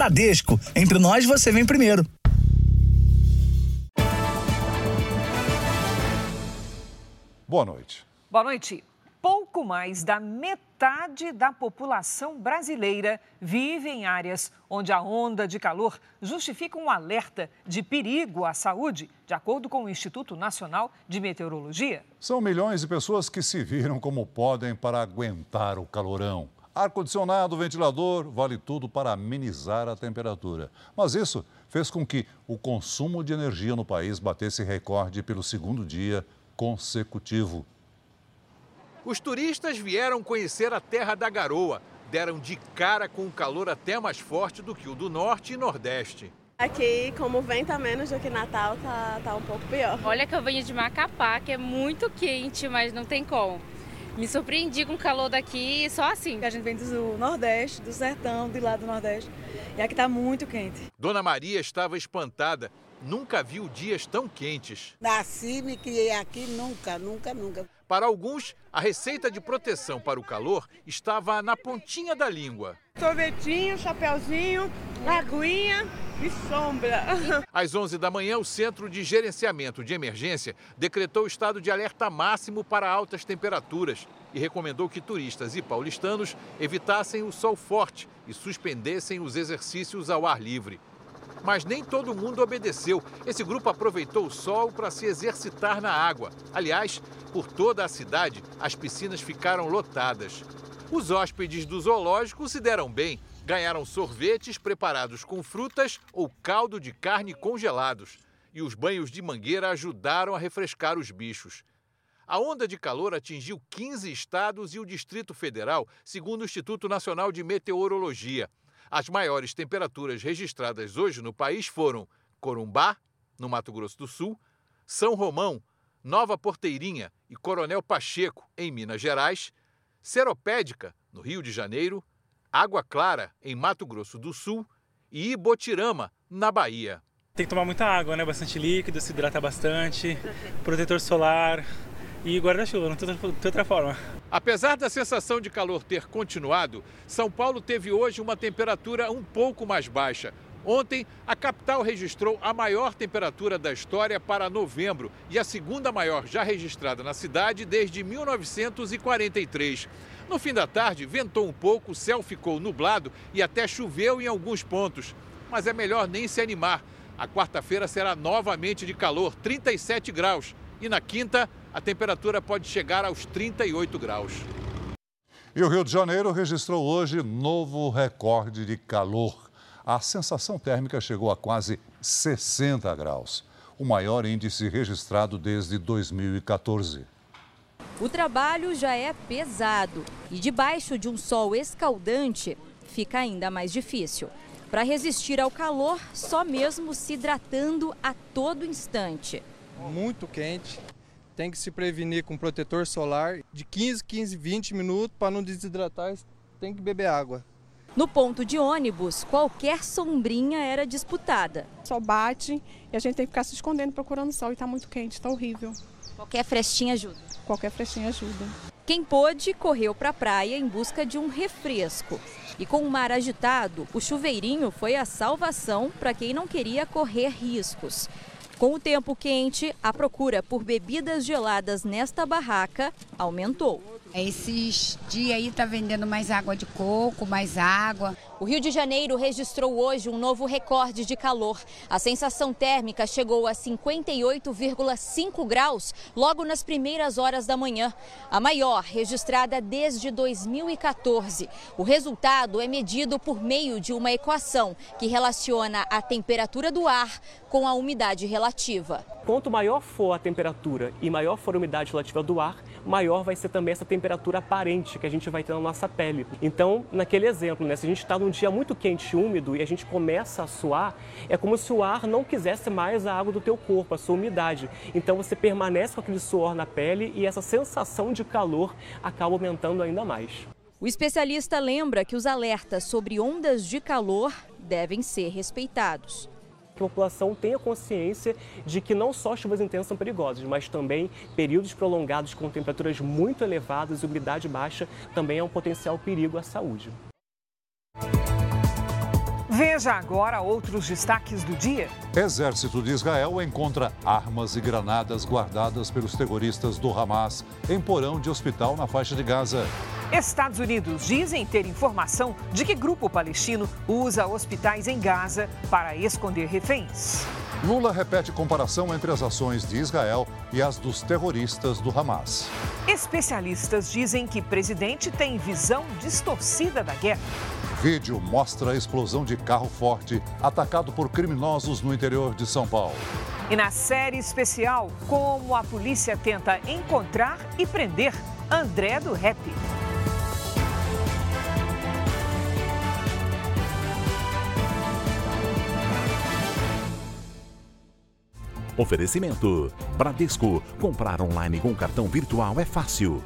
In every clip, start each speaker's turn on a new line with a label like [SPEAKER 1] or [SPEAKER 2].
[SPEAKER 1] Bradesco, entre nós você vem primeiro.
[SPEAKER 2] Boa noite.
[SPEAKER 3] Boa noite. Pouco mais da metade da população brasileira vive em áreas onde a onda de calor justifica um alerta de perigo à saúde, de acordo com o Instituto Nacional de Meteorologia.
[SPEAKER 2] São milhões de pessoas que se viram como podem para aguentar o calorão. Ar-condicionado, ventilador, vale tudo para amenizar a temperatura. Mas isso fez com que o consumo de energia no país batesse recorde pelo segundo dia consecutivo.
[SPEAKER 4] Os turistas vieram conhecer a Terra da Garoa. Deram de cara com um calor até mais forte do que o do Norte e Nordeste.
[SPEAKER 5] Aqui, como venta menos do que Natal, tá um pouco pior.
[SPEAKER 6] Olha que eu venho de Macapá, que é muito quente, mas não tem como. Me surpreendi com o calor daqui, só assim.
[SPEAKER 7] A gente vem do Nordeste, do sertão, de lá do Nordeste, e aqui tá muito quente.
[SPEAKER 4] Dona Maria estava espantada. Nunca viu dias tão quentes.
[SPEAKER 8] Nasci, me criei aqui, nunca.
[SPEAKER 4] Para alguns, a receita de proteção para o calor estava na pontinha da língua.
[SPEAKER 5] Sorvetinho, chapeuzinho, aguinha e sombra.
[SPEAKER 4] Às 11 da manhã, o Centro de Gerenciamento de Emergência decretou estado de alerta máximo para altas temperaturas e recomendou que turistas e paulistanos evitassem o sol forte e suspendessem os exercícios ao ar livre. Mas nem todo mundo obedeceu. Esse grupo aproveitou o sol para se exercitar na água. Aliás, por toda a cidade, as piscinas ficaram lotadas. Os hóspedes do zoológico se deram bem. Ganharam sorvetes preparados com frutas ou caldo de carne congelados. E os banhos de mangueira ajudaram a refrescar os bichos. A onda de calor atingiu 15 estados e o Distrito Federal, segundo o Instituto Nacional de Meteorologia. As maiores temperaturas registradas hoje no país foram Corumbá, no Mato Grosso do Sul, São Romão, Nova Porteirinha e Coronel Pacheco, em Minas Gerais, Seropédica, no Rio de Janeiro, Água Clara, em Mato Grosso do Sul e Ibotirama, na Bahia.
[SPEAKER 9] Tem que tomar muita água, né? Bastante líquido, se hidratar bastante, protetor solar e guarda-chuva, não tem outra forma.
[SPEAKER 4] Apesar da sensação de calor ter continuado, São Paulo teve hoje uma temperatura um pouco mais baixa. Ontem, a capital registrou a maior temperatura da história para novembro e a segunda maior já registrada na cidade desde 1943. No fim da tarde, ventou um pouco, o céu ficou nublado e até choveu em alguns pontos. Mas é melhor nem se animar. A quarta-feira será novamente de calor, 37 graus. E na quinta, a temperatura pode chegar aos 38 graus.
[SPEAKER 2] E o Rio de Janeiro registrou hoje novo recorde de calor. A sensação térmica chegou a quase 60 graus, o maior índice registrado desde 2014.
[SPEAKER 10] O trabalho já é pesado e debaixo de um sol escaldante fica ainda mais difícil. Para resistir ao calor, só mesmo se hidratando a todo instante.
[SPEAKER 11] Muito quente, tem que se prevenir com protetor solar de 15, 20 minutos para não desidratar, tem que beber água.
[SPEAKER 10] No ponto de ônibus, qualquer sombrinha era disputada.
[SPEAKER 5] O sol bate e a gente tem que ficar se escondendo procurando sol e tá muito quente, tá horrível.
[SPEAKER 10] Qualquer frestinha ajuda.
[SPEAKER 5] Qualquer frestinha ajuda.
[SPEAKER 10] Quem pôde, correu para a praia em busca de um refresco. E com o mar agitado, o chuveirinho foi a salvação para quem não queria correr riscos. Com o tempo quente, a procura por bebidas geladas nesta barraca aumentou.
[SPEAKER 12] Esses dias aí tá vendendo mais água de coco, mais água.
[SPEAKER 10] O Rio de Janeiro registrou hoje um novo recorde de calor. A sensação térmica chegou a 58,5 graus logo nas primeiras horas da manhã, a maior registrada desde 2014. O resultado é medido por meio de uma equação que relaciona a temperatura do ar com a umidade relativa.
[SPEAKER 13] Quanto maior for a temperatura e maior for a umidade relativa do ar, maior vai ser também essa temperatura aparente que a gente vai ter na nossa pele. Então, naquele exemplo, se a gente está num dia muito quente e úmido e a gente começa a suar, é como se o ar não quisesse mais a água do teu corpo, a sua umidade. Então você permanece com aquele suor na pele e essa sensação de calor acaba aumentando ainda mais.
[SPEAKER 10] O especialista lembra que os alertas sobre ondas de calor devem ser respeitados.
[SPEAKER 13] Que a população tenha consciência de que não só chuvas intensas são perigosas, mas também períodos prolongados com temperaturas muito elevadas e umidade baixa também é um potencial perigo à saúde.
[SPEAKER 3] Veja agora outros destaques do dia.
[SPEAKER 2] Exército de Israel encontra armas e granadas guardadas pelos terroristas do Hamas em porão de hospital na faixa de Gaza.
[SPEAKER 3] Estados Unidos dizem ter informação de que grupo palestino usa hospitais em Gaza para esconder reféns.
[SPEAKER 2] Lula repete comparação entre as ações de Israel e as dos terroristas do Hamas.
[SPEAKER 3] Especialistas dizem que presidente tem visão distorcida da guerra.
[SPEAKER 2] Vídeo mostra a explosão de carro forte atacado por criminosos no interior de São Paulo.
[SPEAKER 3] E na série especial, como a polícia tenta encontrar e prender André do Rap.
[SPEAKER 14] Oferecimento: Bradesco. Comprar online com cartão virtual é fácil.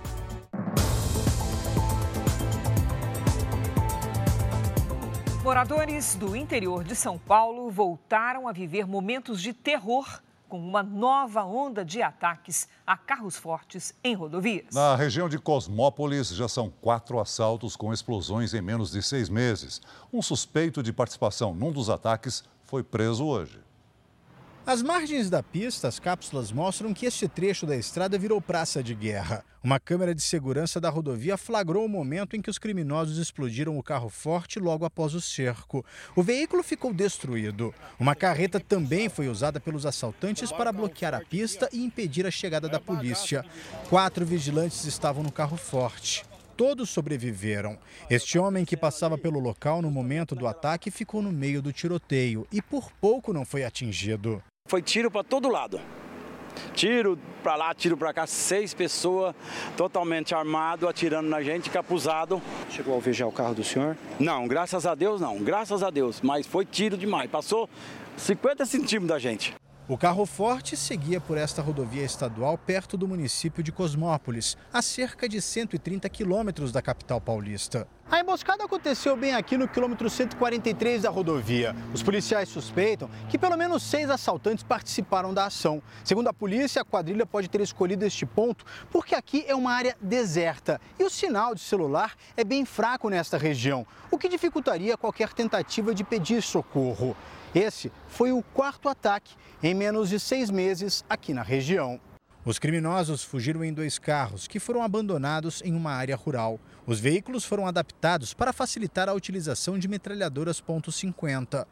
[SPEAKER 3] Moradores do interior de São Paulo voltaram a viver momentos de terror com uma nova onda de ataques a carros fortes em rodovias.
[SPEAKER 2] Na região de Cosmópolis, já são 4 assaltos com explosões em menos de 6 meses. Um suspeito de participação num dos ataques foi preso hoje.
[SPEAKER 15] Às margens da pista, as cápsulas mostram que este trecho da estrada virou praça de guerra. Uma câmera de segurança da rodovia flagrou o momento em que os criminosos explodiram o carro forte logo após o cerco. O veículo ficou destruído. Uma carreta também foi usada pelos assaltantes para bloquear a pista e impedir a chegada da polícia. 4 vigilantes estavam no carro forte. Todos sobreviveram. Este homem que passava pelo local no momento do ataque ficou no meio do tiroteio e por pouco não foi atingido.
[SPEAKER 16] Foi tiro para todo lado. Tiro para lá, tiro para cá, 6 pessoas totalmente armadas, atirando na gente, capuzado.
[SPEAKER 17] Chegou a alvejar o carro do senhor?
[SPEAKER 16] Não, graças a Deus não, graças a Deus. Mas foi tiro demais, passou 50 centímetros da gente.
[SPEAKER 15] O carro forte seguia por esta rodovia estadual perto do município de Cosmópolis, a cerca de 130 quilômetros da capital paulista. A emboscada aconteceu bem aqui no quilômetro 143 da rodovia. Os policiais suspeitam que pelo menos 6 assaltantes participaram da ação. Segundo a polícia, a quadrilha pode ter escolhido este ponto porque aqui é uma área deserta e o sinal de celular é bem fraco nesta região, o que dificultaria qualquer tentativa de pedir socorro. Esse foi o 4º ataque em menos de 6 meses aqui na região. Os criminosos fugiram em 2 carros que foram abandonados em uma área rural. Os veículos foram adaptados para facilitar a utilização de metralhadoras .50.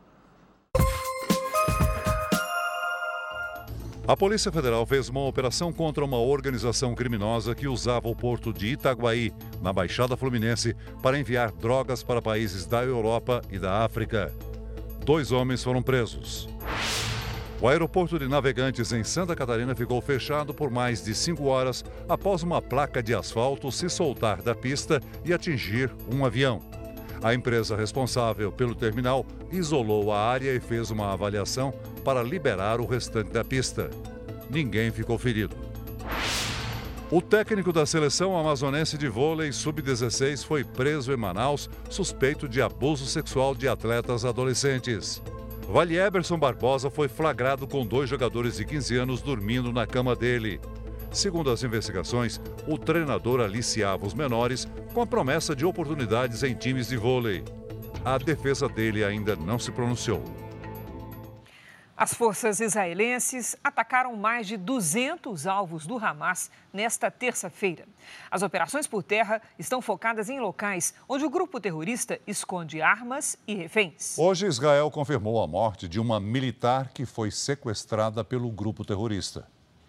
[SPEAKER 2] A Polícia Federal fez uma operação contra uma organização criminosa que usava o porto de Itaguaí, na Baixada Fluminense, para enviar drogas para países da Europa e da África. 2 homens foram presos. O aeroporto de Navegantes, em Santa Catarina, ficou fechado por mais de 5 horas após uma placa de asfalto se soltar da pista e atingir um avião. A empresa responsável pelo terminal isolou a área e fez uma avaliação para liberar o restante da pista. Ninguém ficou ferido. O técnico da seleção amazonense de vôlei sub-16 foi preso em Manaus, suspeito de abuso sexual de atletas adolescentes. Valieberson Barbosa foi flagrado com 2 jogadores de 15 anos dormindo na cama dele. Segundo as investigações, o treinador aliciava os menores com a promessa de oportunidades em times de vôlei. A defesa dele ainda não se pronunciou.
[SPEAKER 3] As forças israelenses atacaram mais de 200 alvos do Hamas nesta terça-feira. As operações por terra estão focadas em locais onde o grupo terrorista esconde armas e reféns.
[SPEAKER 2] Hoje, Israel confirmou a morte de uma militar que foi sequestrada pelo grupo terrorista.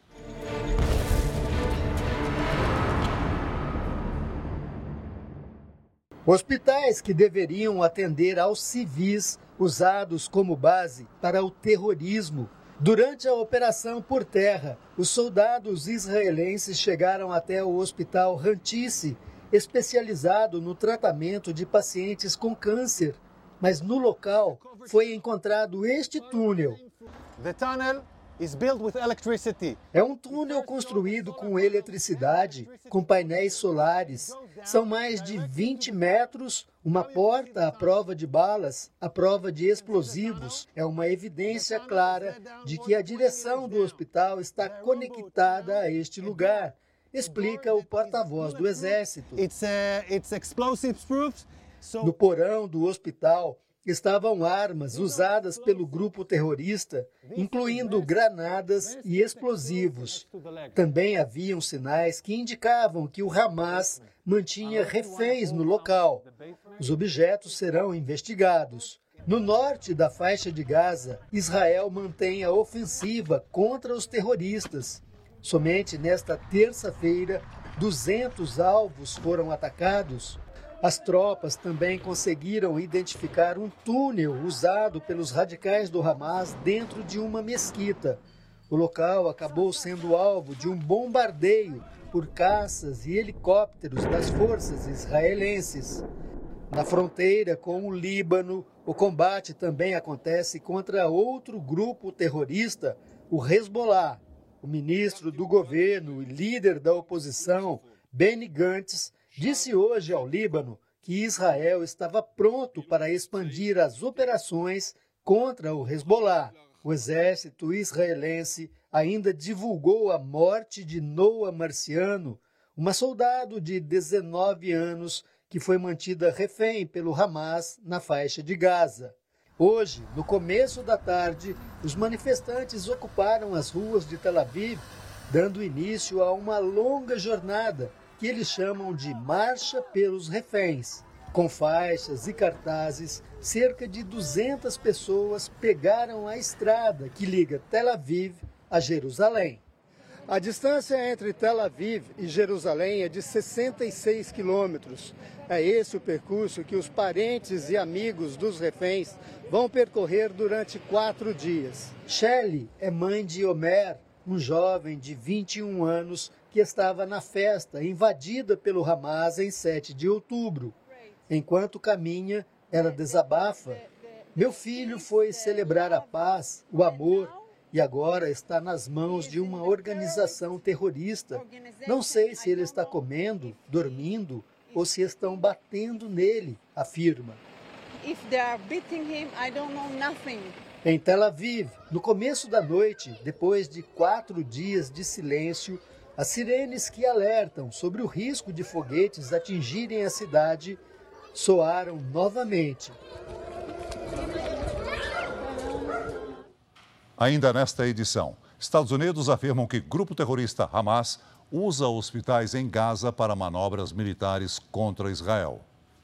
[SPEAKER 18] Hospitais que deveriam atender aos civis usados como base para o terrorismo. Durante a operação por terra, os soldados israelenses chegaram até o hospital Rantice, especializado no tratamento de pacientes com câncer. Mas no local foi encontrado este túnel. É um túnel construído com eletricidade, com painéis solares. São mais de 20 metros, uma porta à prova de balas, à prova de explosivos. É uma evidência clara de que a direção do hospital está conectada a este lugar, explica o porta-voz do Exército. No porão do hospital estavam armas usadas pelo grupo terrorista, incluindo granadas e explosivos. Também haviam sinais que indicavam que o Hamas mantinha reféns no local. Os objetos serão investigados. No norte da faixa de Gaza, Israel mantém a ofensiva contra os terroristas. Somente nesta terça-feira, 200 alvos foram atacados. As tropas também conseguiram identificar um túnel usado pelos radicais do Hamas dentro de uma mesquita. O local acabou sendo alvo de um bombardeio por caças e helicópteros das forças israelenses. Na fronteira com o Líbano, o combate também acontece contra outro grupo terrorista, o Hezbollah. O ministro do governo e líder da oposição, Benny Gantz, disse hoje ao Líbano que Israel estava pronto para expandir as operações contra o Hezbollah. O exército israelense ainda divulgou a morte de Noa Marciano, uma soldado de 19 anos que foi mantida refém pelo Hamas na faixa de Gaza. Hoje, no começo da tarde, os manifestantes ocuparam as ruas de Tel Aviv, dando início a uma longa jornada que eles chamam de Marcha pelos Reféns. Com faixas e cartazes, cerca de 200 pessoas pegaram a estrada que liga Tel Aviv a Jerusalém. A distância entre Tel Aviv e Jerusalém é de 66 quilômetros. É esse o percurso que os parentes e amigos dos reféns vão percorrer durante 4 dias. Shelley é mãe de Omer, um jovem de 21 anos que estava na festa invadida pelo Hamas em 7 de outubro. Enquanto caminha, ela desabafa. Meu filho foi celebrar a paz, o amor, e agora está nas mãos de uma organização terrorista. Não sei se ele está comendo, dormindo ou se estão batendo nele, afirma. Em Tel Aviv, no começo da noite, depois de 4 dias de silêncio, as sirenes que alertam sobre o risco de foguetes atingirem a cidade soaram novamente.
[SPEAKER 2] Ainda nesta edição, Estados Unidos afirmam que grupo terrorista Hamas usa hospitais em Gaza para manobras militares contra Israel.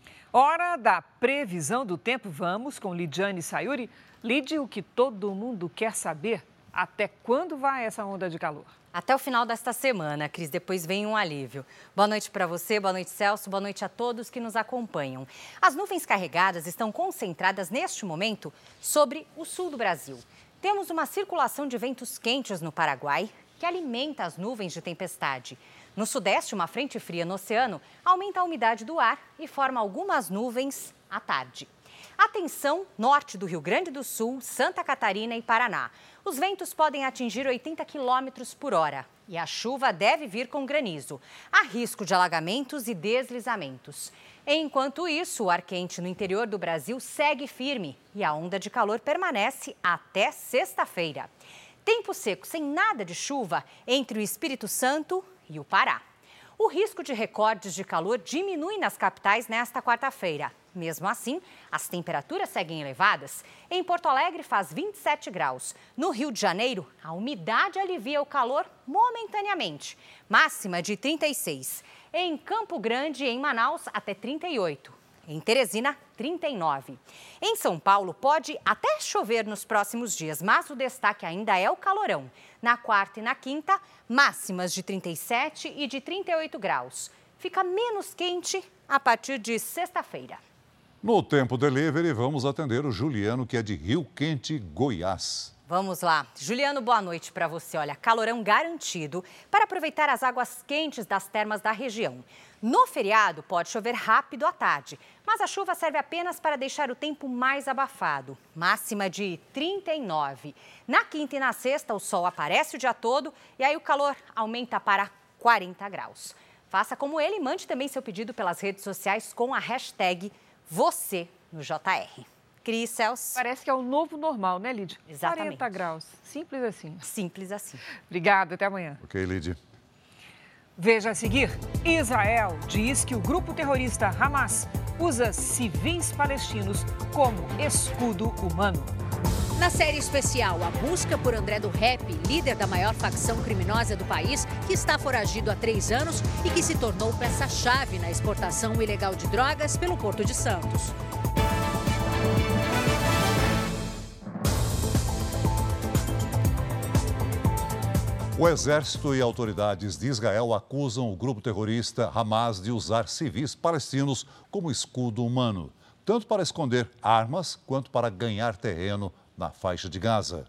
[SPEAKER 3] Hora da previsão do tempo. Vamos com Lidiane Sayuri. Lide, o que todo mundo quer saber, até quando vai essa onda de calor?
[SPEAKER 19] Até o final desta semana, Cris, depois vem um alívio. Boa noite para você, boa noite, Celso, boa noite a todos que nos acompanham. As nuvens carregadas estão concentradas neste momento sobre o sul do Brasil. Temos uma circulação de ventos quentes no Paraguai, que alimenta as nuvens de tempestade. No sudeste, uma frente fria no oceano aumenta a umidade do ar e forma algumas nuvens à tarde. Atenção, norte do Rio Grande do Sul, Santa Catarina e Paraná. Os ventos podem atingir 80 km por hora e a chuva deve vir com granizo. Há risco de alagamentos e deslizamentos. Enquanto isso, o ar quente no interior do Brasil segue firme e a onda de calor permanece até sexta-feira. Tempo seco sem nada de chuva entre o Espírito Santo e o Pará. O risco de recordes de calor diminui nas capitais nesta quarta-feira. Mesmo assim, as temperaturas seguem elevadas. Em Porto Alegre faz 27 graus. No Rio de Janeiro, a umidade alivia o calor momentaneamente. Máxima de 36. Em Campo Grande e em Manaus, até 38. Em Teresina, 39. Em São Paulo, pode até chover nos próximos dias, mas o destaque ainda é o calorão. Na quarta e na quinta, máximas de 37 e de 38 graus. Fica menos quente a partir de sexta-feira.
[SPEAKER 2] No Tempo Delivery, vamos atender o Juliano, que é de Rio Quente, Goiás.
[SPEAKER 19] Vamos lá. Juliano, boa noite para você. Olha, calorão garantido para aproveitar as águas quentes das termas da região. No feriado, pode chover rápido à tarde, mas a chuva serve apenas para deixar o tempo mais abafado. Máxima de 39. Na quinta e na sexta, o sol aparece o dia todo e aí o calor aumenta para 40 graus. Faça como ele e mande também seu pedido pelas redes sociais com a hashtag #VocêNoJR. Cris, Celso.
[SPEAKER 3] Parece que é o novo normal, né, Lídia?
[SPEAKER 19] Exatamente.
[SPEAKER 3] 40 graus. Simples assim.
[SPEAKER 19] Simples assim.
[SPEAKER 3] Obrigada, até amanhã.
[SPEAKER 2] Ok, Lídia.
[SPEAKER 3] Veja a seguir, Israel diz que o grupo terrorista Hamas usa civis palestinos como escudo humano.
[SPEAKER 20] Na série especial, a busca por André do Rap, líder da maior facção criminosa do país, que está foragido há 3 anos e que se tornou peça-chave na exportação ilegal de drogas pelo Porto de Santos.
[SPEAKER 2] O exército e autoridades de Israel acusam o grupo terrorista Hamas de usar civis palestinos como escudo humano, tanto para esconder armas quanto para ganhar terreno na faixa de Gaza.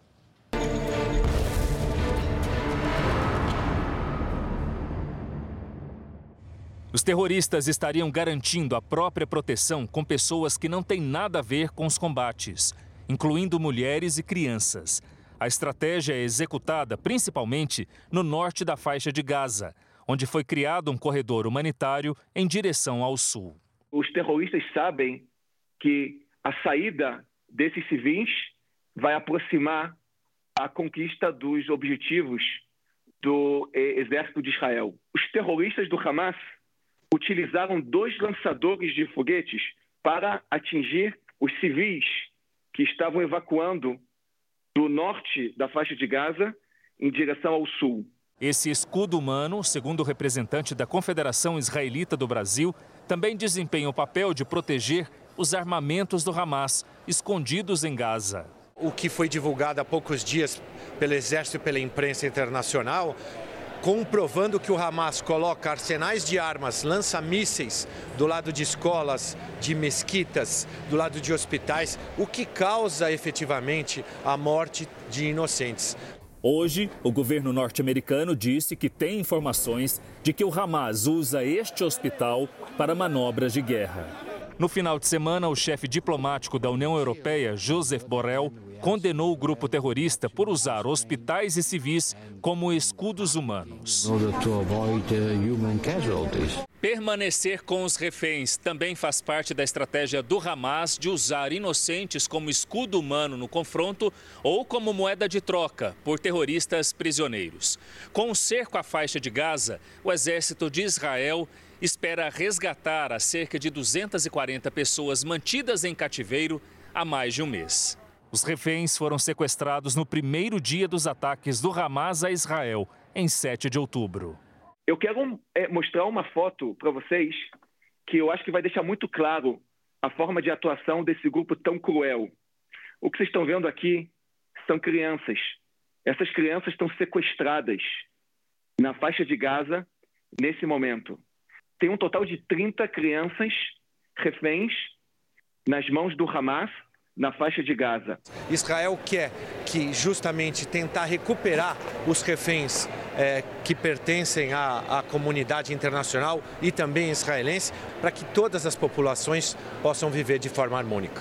[SPEAKER 21] Os terroristas estariam garantindo a própria proteção com pessoas que não têm nada a ver com os combates, incluindo mulheres e crianças. A estratégia é executada principalmente no norte da faixa de Gaza, onde foi criado um corredor humanitário em direção ao sul.
[SPEAKER 22] Os terroristas sabem que a saída desses civis vai aproximar a conquista dos objetivos do exército de Israel. Os terroristas do Hamas utilizaram 2 lançadores de foguetes para atingir os civis que estavam evacuando do norte da faixa de Gaza em direção ao sul.
[SPEAKER 21] Esse escudo humano, segundo o representante da Confederação Israelita do Brasil, também desempenha o papel de proteger os armamentos do Hamas escondidos em Gaza.
[SPEAKER 23] O que foi divulgado há poucos dias pelo Exército e pela imprensa internacional, comprovando que o Hamas coloca arsenais de armas, lança mísseis do lado de escolas, de mesquitas, do lado de hospitais, o que causa efetivamente a morte de inocentes.
[SPEAKER 21] Hoje, o governo norte-americano disse que tem informações de que o Hamas usa este hospital para manobras de guerra. No final de semana, o chefe diplomático da União Europeia, Josep Borrell, condenou o grupo terrorista por usar hospitais e civis como escudos humanos. Permanecer com os reféns também faz parte da estratégia do Hamas de usar inocentes como escudo humano no confronto ou como moeda de troca por terroristas prisioneiros. Com o cerco à faixa de Gaza, o exército de Israel espera resgatar as cerca de 240 pessoas mantidas em cativeiro há mais de um mês. Os reféns foram sequestrados no primeiro dia dos ataques do Hamas a Israel, em 7 de outubro.
[SPEAKER 22] Eu quero mostrar uma foto para vocês que eu acho que vai deixar muito claro a forma de atuação desse grupo tão cruel. O que vocês estão vendo aqui são crianças. Essas crianças estão sequestradas na faixa de Gaza nesse momento. Tem um total de 30 crianças reféns nas mãos do Hamas na faixa de Gaza.
[SPEAKER 23] Israel quer que justamente tentar recuperar os reféns que pertencem à comunidade internacional e também israelense, para que todas as populações possam viver de forma harmônica.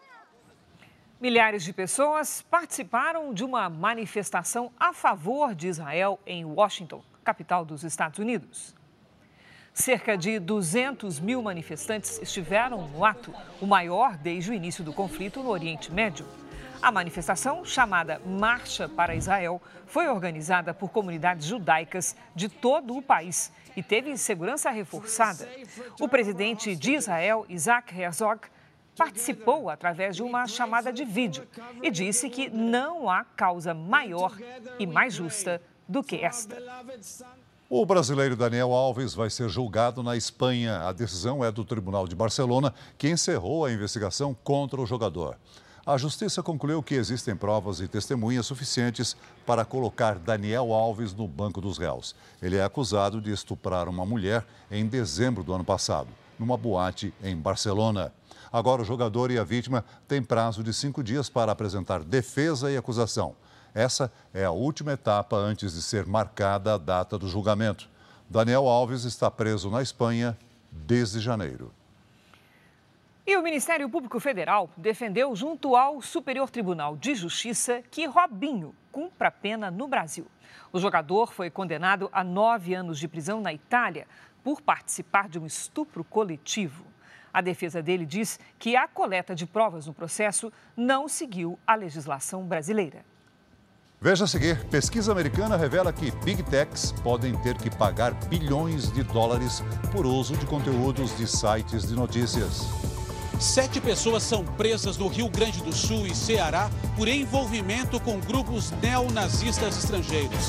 [SPEAKER 3] Milhares de pessoas participaram de uma manifestação a favor de Israel em Washington, capital dos Estados Unidos. Cerca de 200 mil manifestantes estiveram no ato, o maior desde o início do conflito no Oriente Médio. A manifestação, chamada Marcha para Israel, foi organizada por comunidades judaicas de todo o país e teve segurança reforçada. O presidente de Israel, Isaac Herzog, participou através de uma chamada de vídeo e disse que não há causa maior e mais justa do que esta.
[SPEAKER 2] O brasileiro Daniel Alves vai ser julgado na Espanha. A decisão é do Tribunal de Barcelona, que encerrou a investigação contra o jogador. A Justiça concluiu que existem provas e testemunhas suficientes para colocar Daniel Alves no banco dos réus. Ele é acusado de estuprar uma mulher em dezembro do ano passado, numa boate em Barcelona. Agora, o jogador e a vítima têm prazo de 5 dias para apresentar defesa e acusação. Essa é a última etapa antes de ser marcada a data do julgamento. Daniel Alves está preso na Espanha desde janeiro.
[SPEAKER 3] E o Ministério Público Federal defendeu junto ao Superior Tribunal de Justiça que Robinho cumpra a pena no Brasil. O jogador foi condenado a 9 anos de prisão na Itália por participar de um estupro coletivo. A defesa dele diz que a coleta de provas no processo não seguiu a legislação brasileira.
[SPEAKER 2] Veja a seguir, pesquisa americana revela que Big Techs podem ter que pagar bilhões de dólares por uso de conteúdos de sites de notícias.
[SPEAKER 1] 7 pessoas são presas no Rio Grande do Sul e Ceará por envolvimento com grupos neonazistas estrangeiros.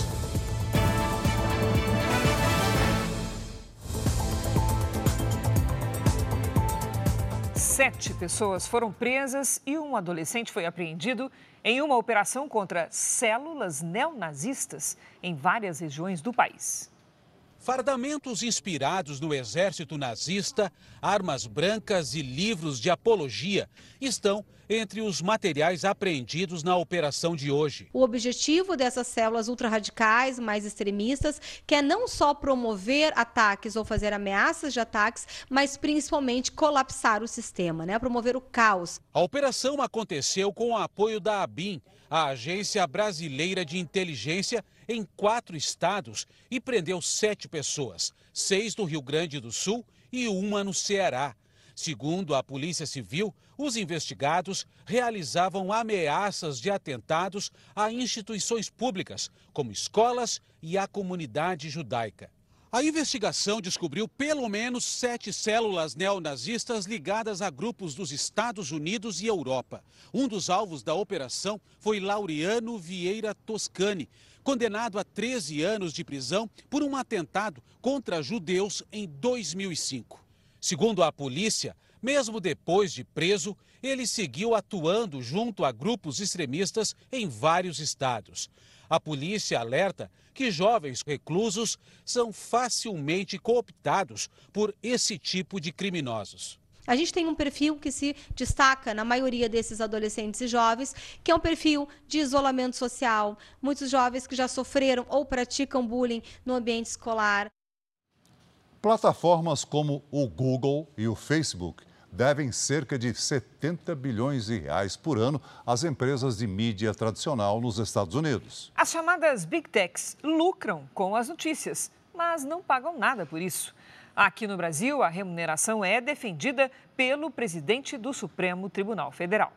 [SPEAKER 3] Sete pessoas foram presas e um adolescente foi apreendido em uma operação contra células neonazistas em várias regiões do país.
[SPEAKER 1] Fardamentos inspirados no exército nazista, armas brancas e livros de apologia estão entre os materiais apreendidos na operação de hoje.
[SPEAKER 6] O objetivo dessas células ultrarradicais, mais extremistas, quer não só promover ataques ou fazer ameaças de ataques, mas principalmente colapsar o sistema, promover o caos.
[SPEAKER 1] A operação aconteceu com o apoio da ABIN, a Agência Brasileira de Inteligência, em 4 estados e prendeu 7 pessoas, 6 no Rio Grande do Sul e 1 no Ceará. Segundo a Polícia Civil, os investigados realizavam ameaças de atentados a instituições públicas, como escolas e a comunidade judaica. A investigação descobriu pelo menos 7 células neonazistas ligadas a grupos dos Estados Unidos e Europa. Um dos alvos da operação foi Laureano Vieira Toscani, condenado a 13 anos de prisão por um atentado contra judeus em 2005. Segundo a polícia, mesmo depois de preso, ele seguiu atuando junto a grupos extremistas em vários estados. A polícia alerta que jovens reclusos são facilmente cooptados por esse tipo de criminosos.
[SPEAKER 6] A gente tem um perfil que se destaca na maioria desses adolescentes e jovens, que é um perfil de isolamento social. Muitos jovens que já sofreram ou praticam bullying no ambiente escolar.
[SPEAKER 2] Plataformas como o Google e o Facebook devem cerca de 70 bilhões de reais por ano às empresas de mídia tradicional nos Estados Unidos.
[SPEAKER 3] As chamadas Big Techs lucram com as notícias, mas não pagam nada por isso. Aqui no Brasil, a remuneração é defendida pelo presidente do Supremo Tribunal Federal.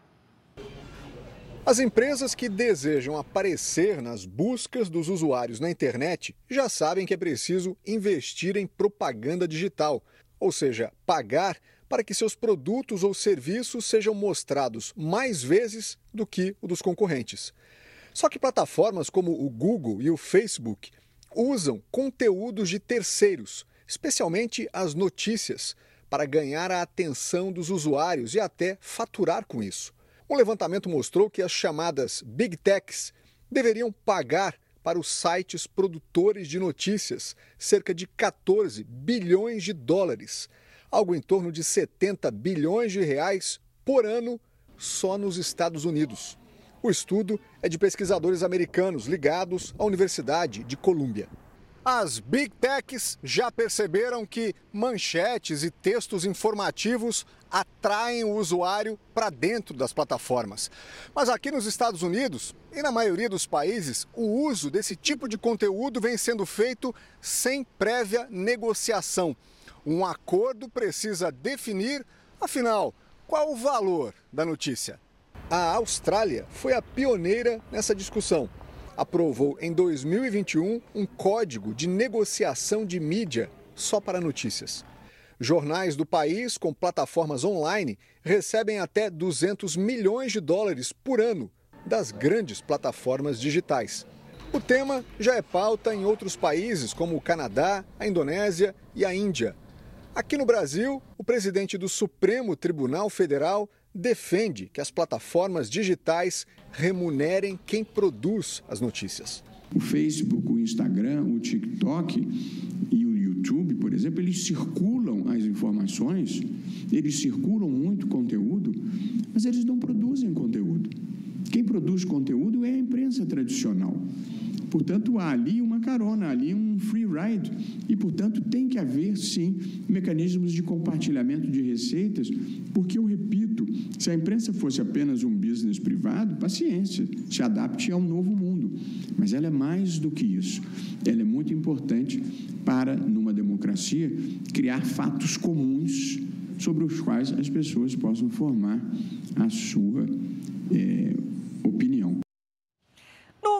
[SPEAKER 7] As empresas que desejam aparecer nas buscas dos usuários na internet já sabem que é preciso investir em propaganda digital, ou seja, pagar para que seus produtos ou serviços sejam mostrados mais vezes do que o dos concorrentes. Só que plataformas como o Google e o Facebook usam conteúdos de terceiros, especialmente as notícias, para ganhar a atenção dos usuários e até faturar com isso. Um levantamento mostrou que as chamadas Big Techs deveriam pagar para os sites produtores de notícias cerca de 14 bilhões de dólares, algo em torno de 70 bilhões de reais por ano só nos Estados Unidos. O estudo é de pesquisadores americanos ligados à Universidade de Colômbia. As Big Techs já perceberam que manchetes e textos informativos atraem o usuário para dentro das plataformas. Mas aqui nos Estados Unidos e na maioria dos países, o uso desse tipo de conteúdo vem sendo feito sem prévia negociação. Um acordo precisa definir, afinal, qual o valor da notícia. A Austrália foi a pioneira nessa discussão. Aprovou em 2021 um código de negociação de mídia só para notícias. Jornais do país com plataformas online recebem até 200 milhões de dólares por ano das grandes plataformas digitais. O tema já é pauta em outros países como o Canadá, a Indonésia e a Índia. Aqui no Brasil, o presidente do Supremo Tribunal Federal defende que as plataformas digitais remunerem quem produz as notícias.
[SPEAKER 24] O Facebook, o Instagram, o TikTok e o YouTube, por exemplo, eles circulam as informações, eles circulam muito conteúdo, mas eles não produzem conteúdo. Quem produz conteúdo é a imprensa tradicional. Portanto, há ali uma carona, há ali um free ride e, portanto, tem que haver, sim, mecanismos de compartilhamento de receitas, porque, eu repito, se a imprensa fosse apenas um business privado, paciência, se adapte a um novo mundo. Mas ela é mais do que isso. Ela é muito importante para, numa democracia, criar fatos comuns sobre os quais as pessoas possam formar a sua opinião.
[SPEAKER 3] No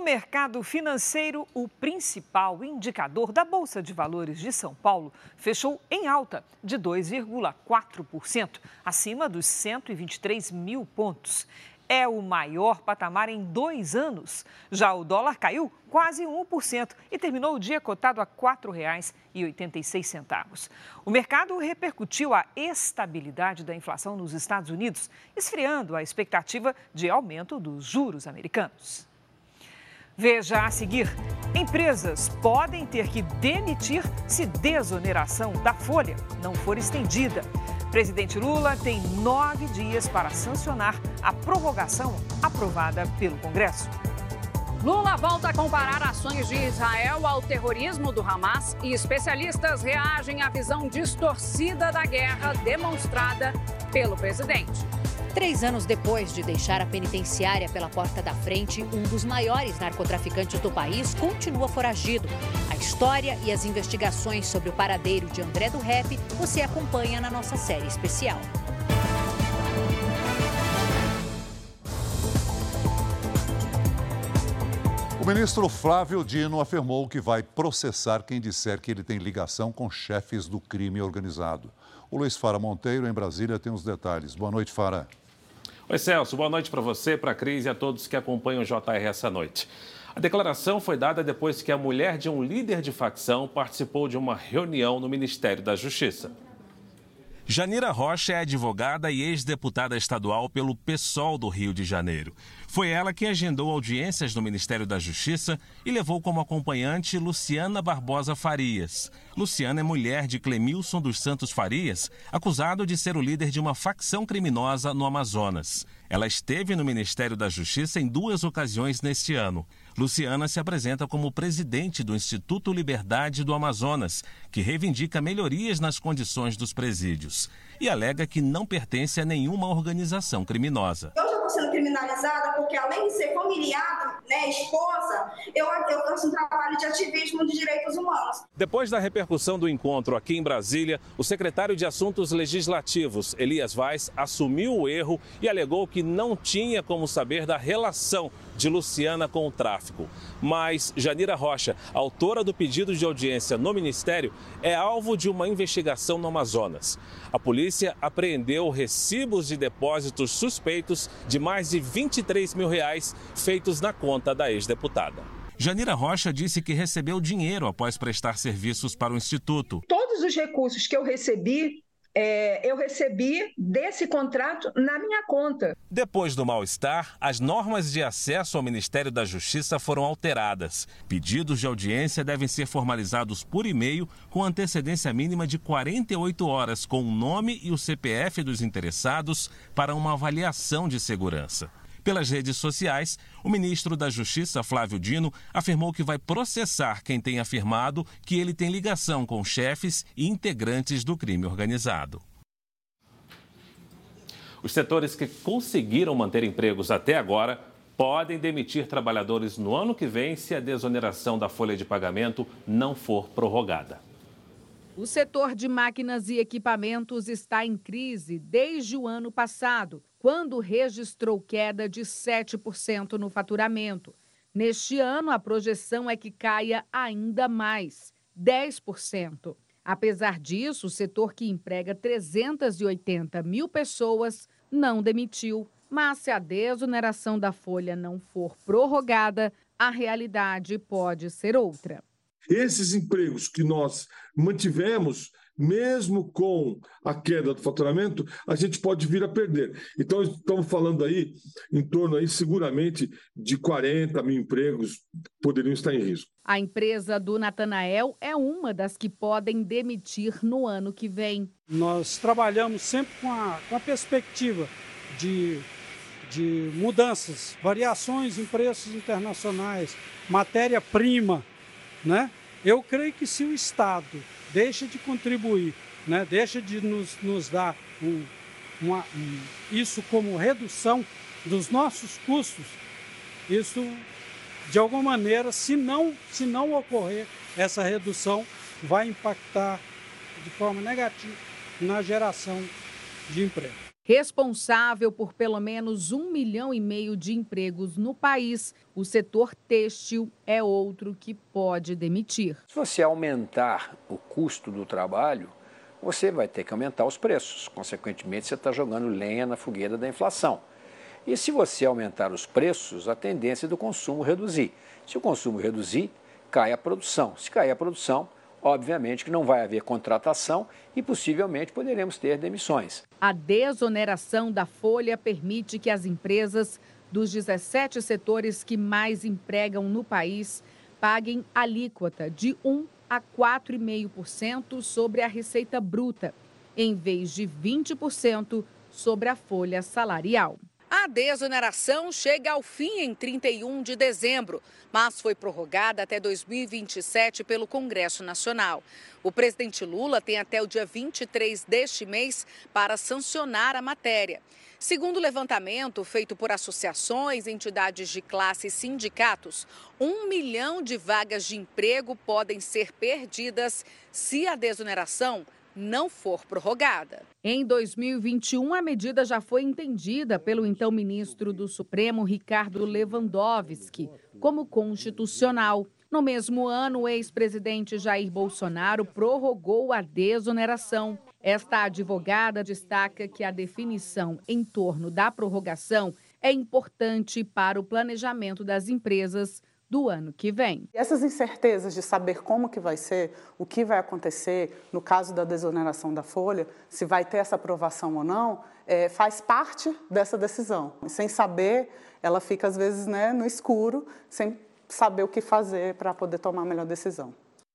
[SPEAKER 3] mercado financeiro, o principal indicador da Bolsa de Valores de São Paulo fechou em alta de 2,4%, acima dos 123 mil pontos. É o maior patamar em 2 anos. Já o dólar caiu quase 1% e terminou o dia cotado a R$ 4,86. O mercado repercutiu a estabilidade da inflação nos Estados Unidos, esfriando a expectativa de aumento dos juros americanos. Veja a seguir: empresas podem ter que demitir se desoneração da folha não for estendida. Presidente Lula tem 9 dias para sancionar a prorrogação aprovada pelo Congresso.
[SPEAKER 4] Lula volta a comparar ações de Israel ao terrorismo do Hamas e especialistas reagem à visão distorcida da guerra demonstrada pelo presidente.
[SPEAKER 20] 3 anos depois de deixar a penitenciária pela porta da frente, um dos maiores narcotraficantes do país continua foragido. A história e as investigações sobre o paradeiro de André do Rep você acompanha na nossa série especial.
[SPEAKER 2] O ministro Flávio Dino afirmou que vai processar quem disser que ele tem ligação com chefes do crime organizado. O Luiz Fara Monteiro, em Brasília, tem os detalhes. Boa noite, Fara.
[SPEAKER 8] Oi, Celso. Boa noite para você, para a Cris e a todos que acompanham o JR essa noite. A declaração foi dada depois que a mulher de um líder de facção participou de uma reunião no Ministério da Justiça.
[SPEAKER 9] Janira Rocha é advogada e ex-deputada estadual pelo PSOL do Rio de Janeiro. Foi ela que agendou audiências no Ministério da Justiça e levou como acompanhante Luciana Barbosa Farias. Luciana é mulher de Clemilson dos Santos Farias, acusado de ser o líder de uma facção criminosa no Amazonas. Ela esteve no Ministério da Justiça em 2 ocasiões neste ano. Luciana se apresenta como presidente do Instituto Liberdade do Amazonas, que reivindica melhorias nas condições dos presídios e alega que não pertence a nenhuma organização criminosa.
[SPEAKER 11] Eu já estou sendo criminalizada porque, além de ser familiar, esposa, eu faço um trabalho de ativismo de direitos humanos.
[SPEAKER 8] Depois da repercussão do encontro aqui em Brasília, o secretário de Assuntos Legislativos, Elias Vaz, assumiu o erro e alegou que não tinha como saber da relação de Luciana com o tráfico. Mas Janira Rocha, autora do pedido de audiência no Ministério, é alvo de uma investigação no Amazonas. A polícia apreendeu recibos de depósitos suspeitos de mais de R$23 mil feitos na conta da ex-deputada.
[SPEAKER 9] Janira Rocha disse que recebeu dinheiro após prestar serviços para o Instituto.
[SPEAKER 11] Todos os recursos que eu recebi desse contrato na minha conta.
[SPEAKER 9] Depois do mal-estar, as normas de acesso ao Ministério da Justiça foram alteradas. Pedidos de audiência devem ser formalizados por e-mail com antecedência mínima de 48 horas, com o nome e o CPF dos interessados para uma avaliação de segurança. Pelas redes sociais, o ministro da Justiça, Flávio Dino, afirmou que vai processar quem tem afirmado que ele tem ligação com chefes e integrantes do crime organizado.
[SPEAKER 8] Os setores que conseguiram manter empregos até agora podem demitir trabalhadores no ano que vem se a desoneração da folha de pagamento não for prorrogada.
[SPEAKER 4] O setor de máquinas e equipamentos está em crise desde o ano passado, quando registrou queda de 7% no faturamento. Neste ano, a projeção é que caia ainda mais, 10%. Apesar disso, o setor que emprega 380 mil pessoas não demitiu. Mas se a desoneração da folha não for prorrogada, a realidade pode ser outra.
[SPEAKER 25] Esses empregos que nós mantivemos, mesmo com a queda do faturamento, a gente pode vir a perder. Então, estamos falando aí, em torno aí, seguramente, de 40 mil empregos poderiam estar em risco.
[SPEAKER 4] A empresa do Natanael é uma das que podem demitir no ano que vem.
[SPEAKER 26] Nós trabalhamos sempre com a perspectiva de mudanças, variações em preços internacionais, matéria-prima, né? Eu creio que se o Estado deixa de contribuir, né, deixa de nos dar isso como redução dos nossos custos, isso, de alguma maneira, se não ocorrer essa redução, vai impactar de forma negativa na geração de emprego.
[SPEAKER 4] Responsável por pelo menos 1,5 milhão de empregos no país, o setor têxtil é outro que pode demitir.
[SPEAKER 5] Se você aumentar o custo do trabalho, você vai ter que aumentar os preços. Consequentemente, você está jogando lenha na fogueira da inflação. E se você aumentar os preços, a tendência é do consumo reduzir. Se o consumo reduzir, cai a produção. Se cair a produção, obviamente que não vai haver contratação e possivelmente poderemos ter demissões.
[SPEAKER 4] A desoneração da folha permite que as empresas dos 17 setores que mais empregam no país paguem alíquota de 1 a 4,5% sobre a receita bruta, em vez de 20% sobre a folha salarial.
[SPEAKER 10] A desoneração chega ao fim em 31 de dezembro, mas foi prorrogada até 2027 pelo Congresso Nacional. O presidente Lula tem até o dia 23 deste mês para sancionar a matéria. Segundo o levantamento feito por associações, entidades de classe e sindicatos, 1 milhão de vagas de emprego podem ser perdidas se a desoneração não for prorrogada.
[SPEAKER 4] Em 2021, a medida já foi entendida pelo então ministro do Supremo, Ricardo Lewandowski, como constitucional. No mesmo ano, o ex-presidente Jair Bolsonaro prorrogou a desoneração. Esta advogada destaca que a definição em torno da prorrogação é importante para o planejamento das empresas do ano que vem.
[SPEAKER 12] Essas incertezas de saber como que vai ser, o que vai acontecer no caso da desoneração da folha, se vai ter essa aprovação ou não, faz parte dessa decisão. Sem saber, ela fica às vezes no escuro, sem saber o que fazer para poder tomar a melhor decisão.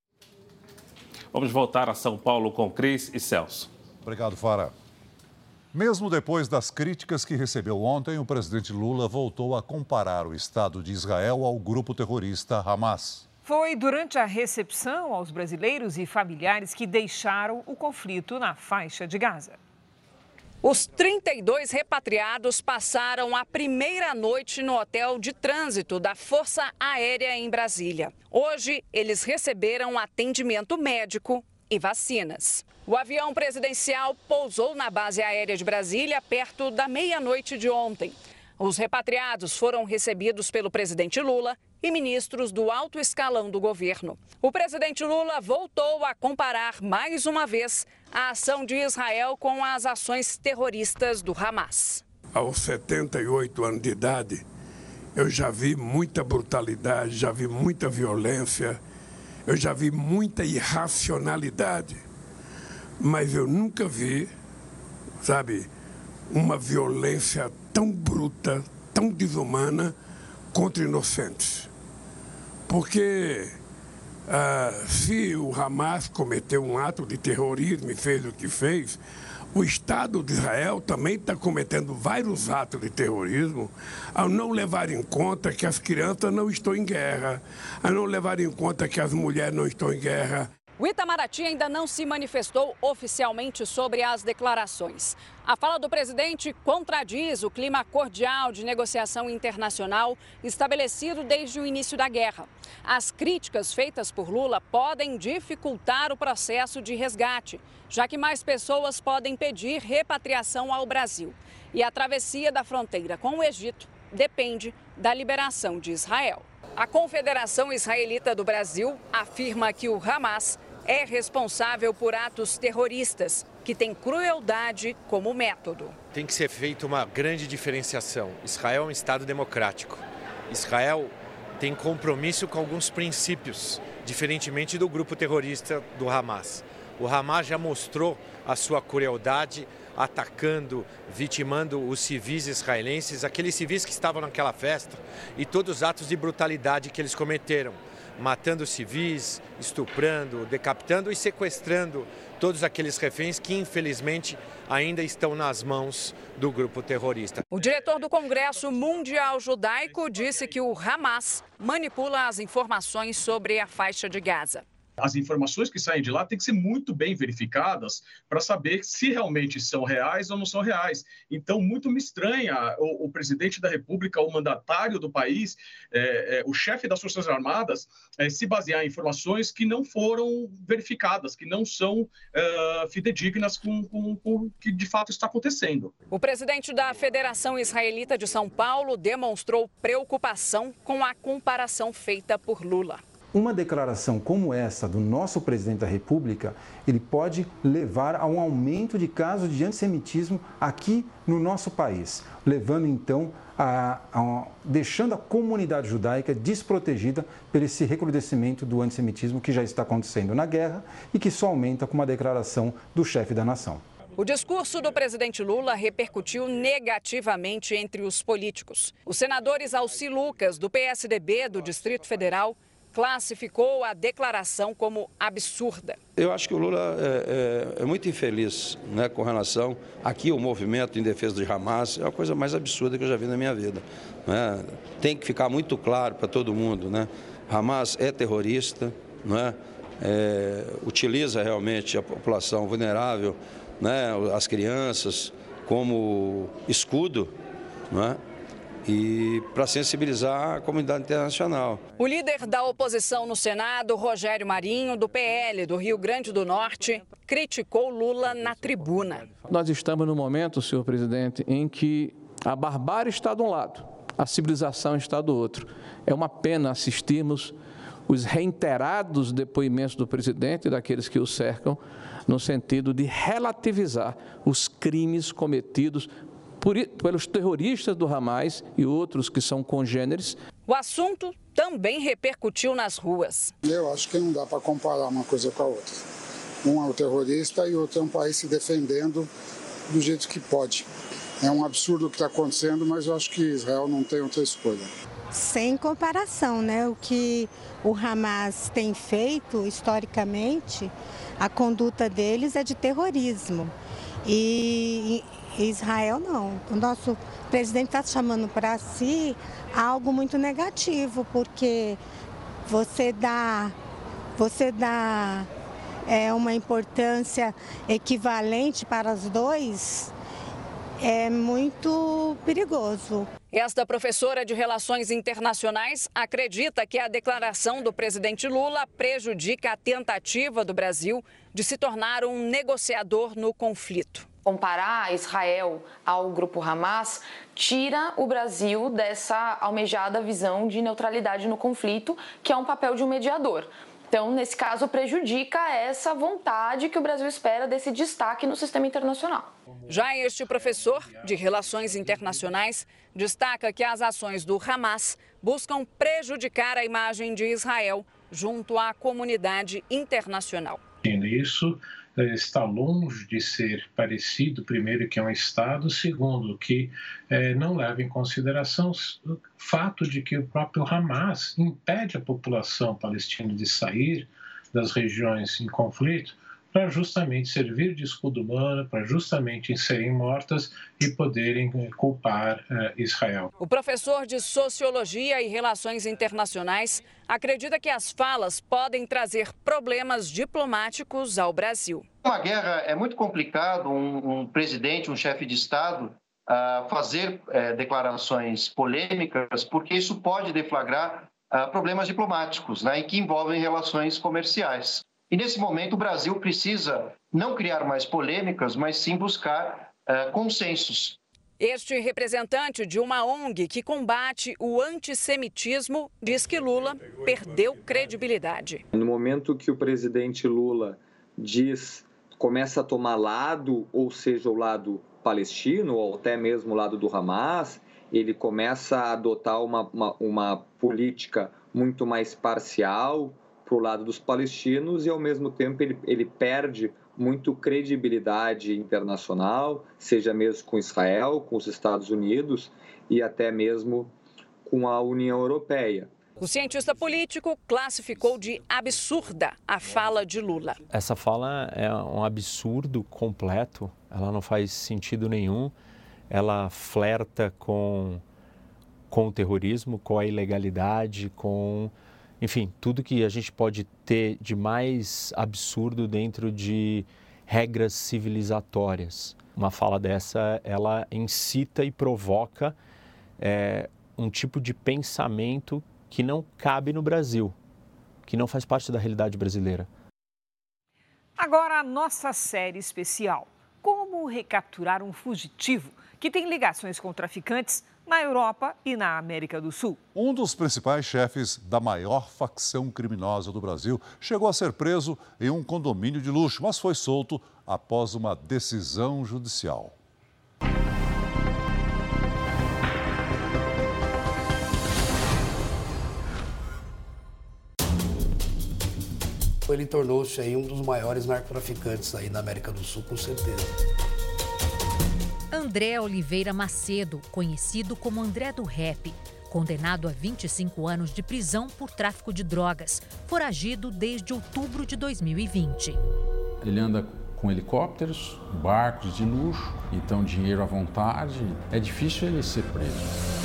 [SPEAKER 8] Vamos voltar a São Paulo com Cris e Celso.
[SPEAKER 2] Obrigado, Fara. Mesmo depois das críticas que recebeu ontem, o presidente Lula voltou a comparar o Estado de Israel ao grupo terrorista Hamas.
[SPEAKER 3] Foi durante a recepção aos brasileiros e familiares que deixaram o conflito na faixa de Gaza.
[SPEAKER 10] Os 32 repatriados passaram a primeira noite no hotel de trânsito da Força Aérea em Brasília. Hoje, eles receberam atendimento médico e vacinas. O avião presidencial pousou na base aérea de Brasília perto da meia-noite de ontem. Os repatriados foram recebidos pelo presidente Lula e ministros do alto escalão do governo. O presidente Lula voltou a comparar mais uma vez a ação de Israel com as ações terroristas do Hamas.
[SPEAKER 13] Aos 78 anos de idade, eu já vi muita brutalidade, já vi muita violência, eu já vi muita irracionalidade, mas eu nunca vi, uma violência tão bruta, tão desumana contra inocentes. Porque se o Hamas cometeu um ato de terrorismo e fez o que fez, o Estado de Israel também está cometendo vários atos de terrorismo ao não levar em conta que as crianças não estão em guerra, a não levar em conta que as mulheres não estão em guerra.
[SPEAKER 10] O Itamaraty ainda não se manifestou oficialmente sobre as declarações. A fala do presidente contradiz o clima cordial de negociação internacional estabelecido desde o início da guerra. As críticas feitas por Lula podem dificultar o processo de resgate, já que mais pessoas podem pedir repatriação ao Brasil. E a travessia da fronteira com o Egito depende da liberação de Israel. A Confederação Israelita do Brasil afirma que o Hamas é responsável por atos terroristas, que tem crueldade como método.
[SPEAKER 23] Tem que ser feita uma grande diferenciação. Israel é um Estado democrático. Israel tem compromisso com alguns princípios, diferentemente do grupo terrorista do Hamas. O Hamas já mostrou a sua crueldade, atacando, vitimando os civis israelenses, aqueles civis que estavam naquela festa, e todos os atos de brutalidade que eles cometeram, matando civis, estuprando, decapitando e sequestrando todos aqueles reféns que, infelizmente, ainda estão nas mãos do grupo terrorista.
[SPEAKER 10] O diretor do Congresso Mundial Judaico disse que o Hamas manipula as informações sobre a faixa de Gaza.
[SPEAKER 14] As informações que saem de lá têm que ser muito bem verificadas para saber se realmente são reais ou não são reais. Então, muito me estranha o presidente da República, o mandatário do país, o chefe das Forças Armadas, se basear em informações que não foram verificadas, que não são fidedignas com o que de fato está acontecendo.
[SPEAKER 10] O presidente da Federação Israelita de São Paulo demonstrou preocupação com a comparação feita por Lula.
[SPEAKER 15] Uma declaração como essa do nosso presidente da República, ele pode levar a um aumento de casos de antissemitismo aqui no nosso país, levando então deixando a comunidade judaica desprotegida por esse recrudescimento do antissemitismo que já está acontecendo na guerra e que só aumenta com uma declaração do chefe da nação.
[SPEAKER 10] O discurso do presidente Lula repercutiu negativamente entre os políticos. Os senadores Alci Lucas, do PSDB do Distrito Federal, classificou a declaração como absurda.
[SPEAKER 16] Eu acho que o Lula é muito infeliz, né, com relação aqui ao movimento em defesa de Hamas. É a coisa mais absurda que eu já vi na minha vida, né? Tem que ficar muito claro para todo mundo, né? Hamas é terrorista, né? Utiliza realmente a população vulnerável, né, as crianças, como escudo, né? E para sensibilizar a comunidade internacional.
[SPEAKER 10] O líder da oposição no Senado, Rogério Marinho, do PL do Rio Grande do Norte, criticou Lula na tribuna.
[SPEAKER 17] Nós estamos no momento, senhor presidente, em que a barbárie está de um lado, a civilização está do outro. É uma pena assistirmos os reiterados depoimentos do presidente e daqueles que o cercam, no sentido de relativizar os crimes cometidos pelos terroristas do Hamas e outros que são congêneres.
[SPEAKER 10] O assunto também repercutiu nas ruas.
[SPEAKER 18] Eu acho que não dá para comparar uma coisa com a outra. Um é o terrorista e o outro é um país se defendendo do jeito que pode. É um absurdo o que está acontecendo, mas eu acho que Israel não tem outra escolha.
[SPEAKER 19] Sem comparação, né? O que o Hamas tem feito historicamente, a conduta deles é de terrorismo. E Israel não. O nosso presidente está chamando para si algo muito negativo, porque você dá uma importância equivalente para os dois, é muito perigoso.
[SPEAKER 10] Esta professora de Relações Internacionais acredita que a declaração do presidente Lula prejudica a tentativa do Brasil de se tornar um negociador no conflito.
[SPEAKER 27] Comparar Israel ao grupo Hamas tira o Brasil dessa almejada visão de neutralidade no conflito, que é um papel de um mediador. Então, nesse caso, prejudica essa vontade que o Brasil espera desse destaque no sistema internacional.
[SPEAKER 10] Já este professor de Relações Internacionais destaca que as ações do Hamas buscam prejudicar a imagem de Israel junto à comunidade internacional.
[SPEAKER 28] Isso está longe de ser parecido, primeiro, que é um Estado, segundo, que não leva em consideração o fato de que o próprio Hamas impede a população palestina de sair das regiões em conflito para justamente servir de escudo humano, para justamente serem mortas e poderem culpar Israel.
[SPEAKER 10] O professor de Sociologia e Relações Internacionais acredita que as falas podem trazer problemas diplomáticos ao Brasil.
[SPEAKER 29] Uma guerra é muito complicado um presidente, um chefe de Estado, fazer declarações polêmicas, porque isso pode deflagrar problemas diplomáticos, né, que envolvem relações comerciais. E nesse momento o Brasil precisa não criar mais polêmicas, mas sim buscar consensos.
[SPEAKER 10] Este representante de uma ONG que combate o antissemitismo diz que Lula perdeu credibilidade.
[SPEAKER 30] No momento que o presidente Lula começa a tomar lado, ou seja, o lado palestino, ou até mesmo o lado do Hamas, ele começa a adotar uma política muito mais parcial para o lado dos palestinos e, ao mesmo tempo, ele perde muito credibilidade internacional, seja mesmo com Israel, com os Estados Unidos e até mesmo com a União Europeia.
[SPEAKER 10] O cientista político classificou de absurda a fala de Lula.
[SPEAKER 31] Essa fala é um absurdo completo, ela não faz sentido nenhum, ela flerta com o terrorismo, com a ilegalidade, com enfim, tudo que a gente pode ter de mais absurdo dentro de regras civilizatórias. Uma fala dessa, ela incita e provoca um tipo de pensamento que não cabe no Brasil, que não faz parte da realidade brasileira.
[SPEAKER 3] Agora, a nossa série especial. Como recapturar um fugitivo que tem ligações com traficantes na Europa e na América do Sul.
[SPEAKER 2] Um dos principais chefes da maior facção criminosa do Brasil chegou a ser preso em um condomínio de luxo, mas foi solto após uma decisão judicial.
[SPEAKER 1] Ele tornou-se aí um dos maiores narcotraficantes aí da América do Sul, com certeza.
[SPEAKER 6] André Oliveira Macedo, conhecido como André do Rap, condenado a 25 anos de prisão por tráfico de drogas, foragido desde outubro de 2020.
[SPEAKER 7] Ele anda com helicópteros, barcos de luxo, então dinheiro à vontade. É difícil ele ser preso.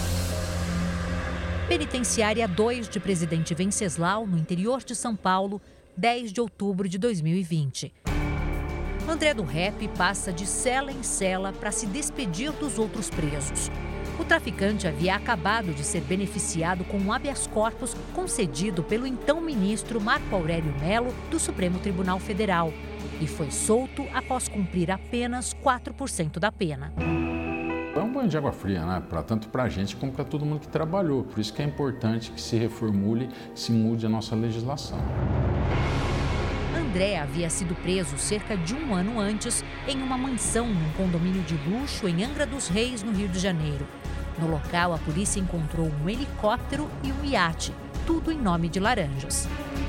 [SPEAKER 6] Penitenciária 2 de Presidente Venceslau, no interior de São Paulo, 10 de outubro de 2020. André do Rap passa de cela em cela para se despedir dos outros presos. O traficante havia acabado de ser beneficiado com um habeas corpus concedido pelo então ministro Marco Aurélio Mello do Supremo Tribunal Federal e foi solto após cumprir apenas 4% da pena.
[SPEAKER 7] É um banho de água fria, né? Tanto para a gente como para todo mundo que trabalhou. Por isso que é importante que se reformule, que se mude a nossa legislação.
[SPEAKER 6] André havia sido preso cerca de um ano antes em uma mansão num condomínio de luxo em Angra dos Reis, no Rio de Janeiro. No local, a polícia encontrou um helicóptero e um iate, tudo em nome de laranjas.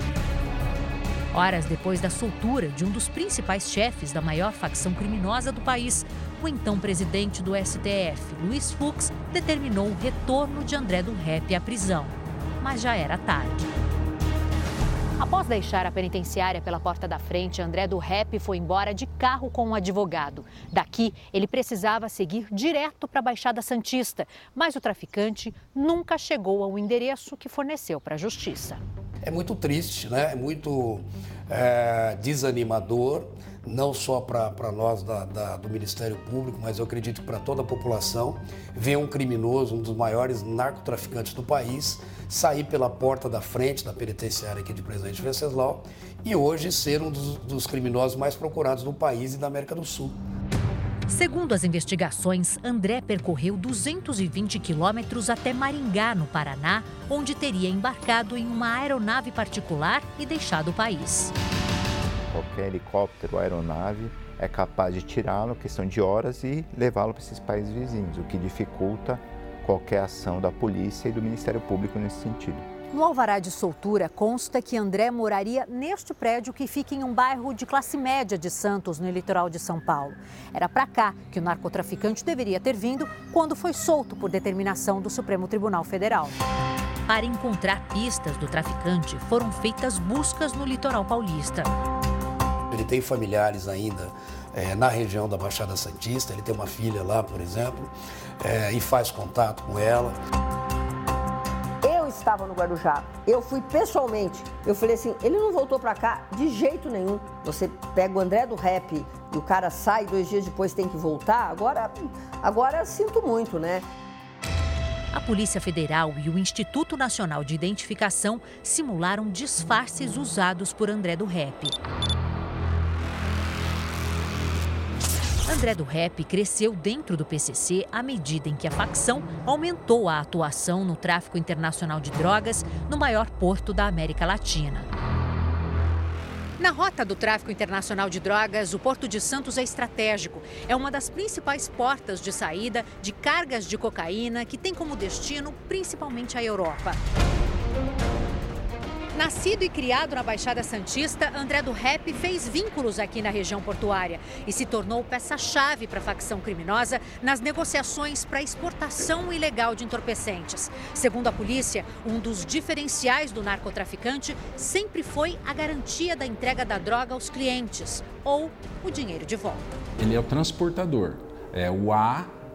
[SPEAKER 6] Horas depois da soltura de um dos principais chefes da maior facção criminosa do país, o então presidente do STF, Luiz Fux, determinou o retorno de André do Rap à prisão. Mas já era tarde. Após deixar a penitenciária pela porta da frente, André do Rap foi embora de carro com um advogado. Daqui, ele precisava seguir direto para a Baixada Santista, mas o traficante nunca chegou ao endereço que forneceu para a Justiça.
[SPEAKER 1] É muito triste, né? É muito desanimador, não só para nós do Ministério Público, mas eu acredito que para toda a população, ver um criminoso, um dos maiores narcotraficantes do país, sair pela porta da frente da penitenciária aqui de Presidente Venceslau e hoje ser um dos criminosos mais procurados do país e da América do Sul.
[SPEAKER 6] Segundo as investigações, André percorreu 220 quilômetros até Maringá, no Paraná, onde teria embarcado em uma aeronave particular e deixado o país.
[SPEAKER 9] Qualquer helicóptero ou aeronave é capaz de tirá-lo, questão de horas, e levá-lo para esses países vizinhos, o que dificulta qualquer ação da polícia e do Ministério Público nesse sentido.
[SPEAKER 6] No alvará de soltura consta que André moraria neste prédio que fica em um bairro de classe média de Santos, no litoral de São Paulo. Era para cá que o narcotraficante deveria ter vindo quando foi solto por determinação do Supremo Tribunal Federal. Para encontrar pistas do traficante, foram feitas buscas no litoral paulista.
[SPEAKER 1] Ele tem familiares ainda na região da Baixada Santista, ele tem uma filha lá, por exemplo, e faz contato com ela.
[SPEAKER 11] Eu estava no Guarujá, eu fui pessoalmente, eu falei assim, ele não voltou para cá de jeito nenhum. Você pega o André do Rap e o cara sai 2 dias depois tem que voltar, agora sinto muito, né?
[SPEAKER 6] A Polícia Federal e o Instituto Nacional de Identificação simularam disfarces usados por André do Rap. André do Rap cresceu dentro do PCC à medida em que a facção aumentou a atuação no tráfico internacional de drogas no maior porto da América Latina. Na rota do tráfico internacional de drogas, o Porto de Santos é estratégico. É uma das principais portas de saída de cargas de cocaína que tem como destino principalmente a Europa. Nascido e criado na Baixada Santista, André do Rap fez vínculos aqui na região portuária e se tornou peça-chave para a facção criminosa nas negociações para exportação ilegal de entorpecentes. Segundo a polícia, um dos diferenciais do narcotraficante sempre foi a garantia da entrega da droga aos clientes ou o dinheiro de volta.
[SPEAKER 7] Ele é o transportador, é o A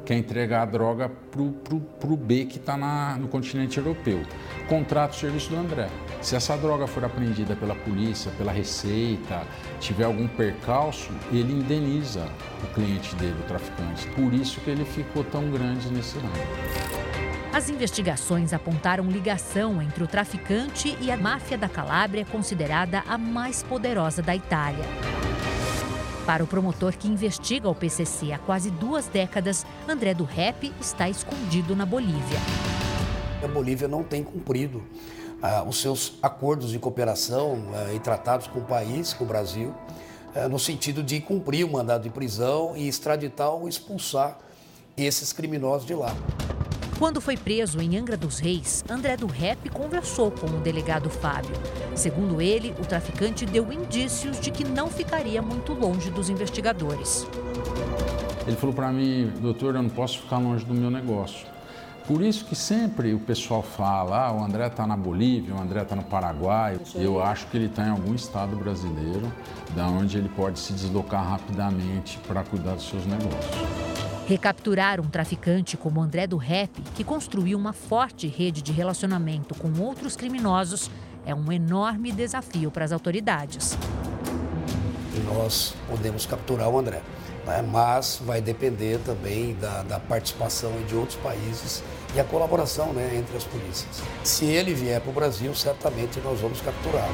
[SPEAKER 7] quer entregar a droga para o B que está no continente europeu. Contrata o serviço do André. Se essa droga for apreendida pela polícia, pela Receita, tiver algum percalço, ele indeniza o cliente dele, o traficante. Por isso que ele ficou tão grande nesse ramo.
[SPEAKER 6] As investigações apontaram ligação entre o traficante e a máfia da Calábria, considerada a mais poderosa da Itália. Para o promotor que investiga o PCC há quase 2 décadas, André do Rep está escondido na Bolívia.
[SPEAKER 1] A Bolívia não tem cumprido os seus acordos de cooperação e tratados com o país, com o Brasil, no sentido de cumprir o mandado de prisão e extraditar ou expulsar esses criminosos de lá.
[SPEAKER 6] Quando foi preso em Angra dos Reis, André do Rep conversou com o delegado Fábio. Segundo ele, o traficante deu indícios de que não ficaria muito longe dos investigadores.
[SPEAKER 7] Ele falou para mim, doutor, eu não posso ficar longe do meu negócio. Por isso que sempre o pessoal fala, o André está na Bolívia, o André está no Paraguai. Eu acho que ele está em algum estado brasileiro, da onde ele pode se deslocar rapidamente para cuidar dos seus negócios.
[SPEAKER 6] Recapturar um traficante como André do Rep, que construiu uma forte rede de relacionamento com outros criminosos, é um enorme desafio para as autoridades.
[SPEAKER 1] Nós podemos capturar o André, né? Mas vai depender também da participação de outros países e a colaboração, né, entre as polícias. Se ele vier para o Brasil, certamente nós vamos capturá-lo.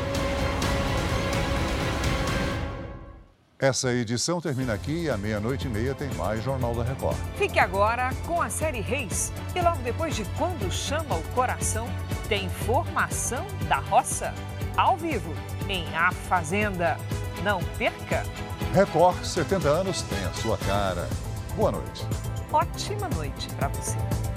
[SPEAKER 2] Essa edição termina aqui e à 00:30 tem mais Jornal da Record.
[SPEAKER 3] Fique agora com a série Reis. E logo depois de Quando Chama o Coração, tem Formação da Roça. Ao vivo, em A Fazenda. Não perca!
[SPEAKER 2] Record 70 anos tem a sua cara. Boa noite.
[SPEAKER 3] Ótima noite para você.